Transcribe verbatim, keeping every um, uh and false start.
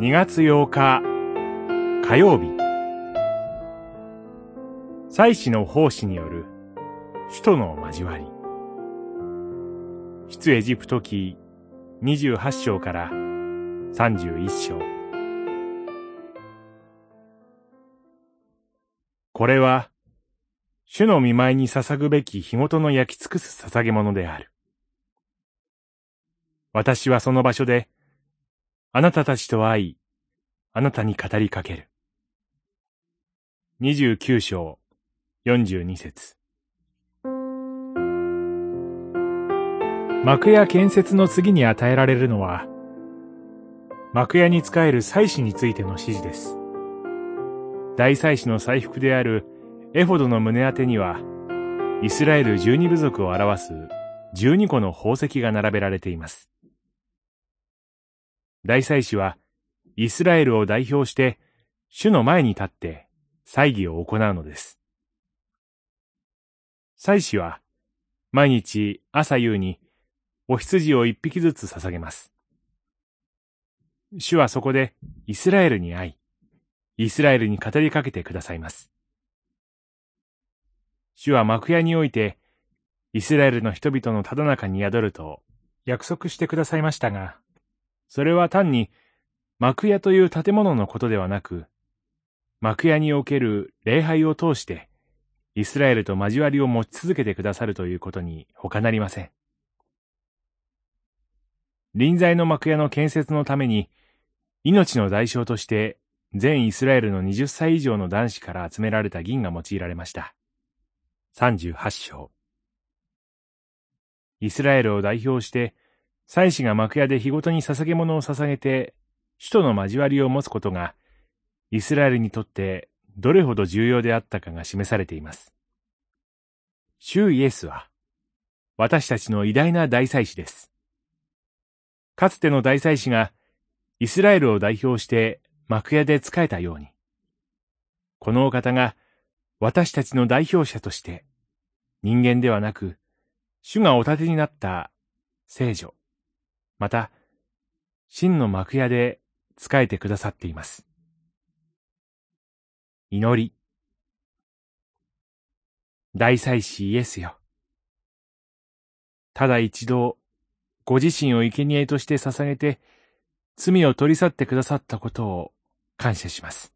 にがつようか火曜日、祭司の奉仕による使徒の交わり。出エジプト記にじゅうはちしょうからさんじゅういっしょう。これは主の御前に捧ぐべき日ごとの焼き尽くす捧げ物である。私はその場所であなたたちと会い、あなたに語りかける。にじゅうきゅうしょうよんじゅうにせつ。幕屋建設の次に与えられるのは、幕屋に仕える祭司についての指示です。大祭司の祭服であるエフォドの胸当てには、イスラエル十二部族を表す十二個の宝石が並べられています。大祭司はイスラエルを代表して主の前に立って祭儀を行うのです。祭司は毎日朝夕にお羊を一匹ずつ捧げます。主はそこでイスラエルに会い、イスラエルに語りかけてくださいます。主は幕屋においてイスラエルの人々のただ中に宿ると約束してくださいましたが、それは単に幕屋という建物のことではなく、幕屋における礼拝を通してイスラエルと交わりを持ち続けてくださるということに他なりません。臨在の幕屋の建設のために、命の代償として全イスラエルのはたち以上の男子から集められた銀が用いられました。さんじゅうはちしょう。イスラエルを代表して、祭司が幕屋で日ごとに捧げ物を捧げて、主との交わりを持つことが、イスラエルにとってどれほど重要であったかが示されています。主イエスは、私たちの偉大な大祭司です。かつての大祭司がイスラエルを代表して幕屋で仕えたように、このお方が私たちの代表者として人間ではなく主がお立てになった聖女、また真の幕屋で仕えてくださっています。祈り。大祭司イエスよ。ただ一度ご自身を生贄として捧げて罪を取り去ってくださったことを感謝します。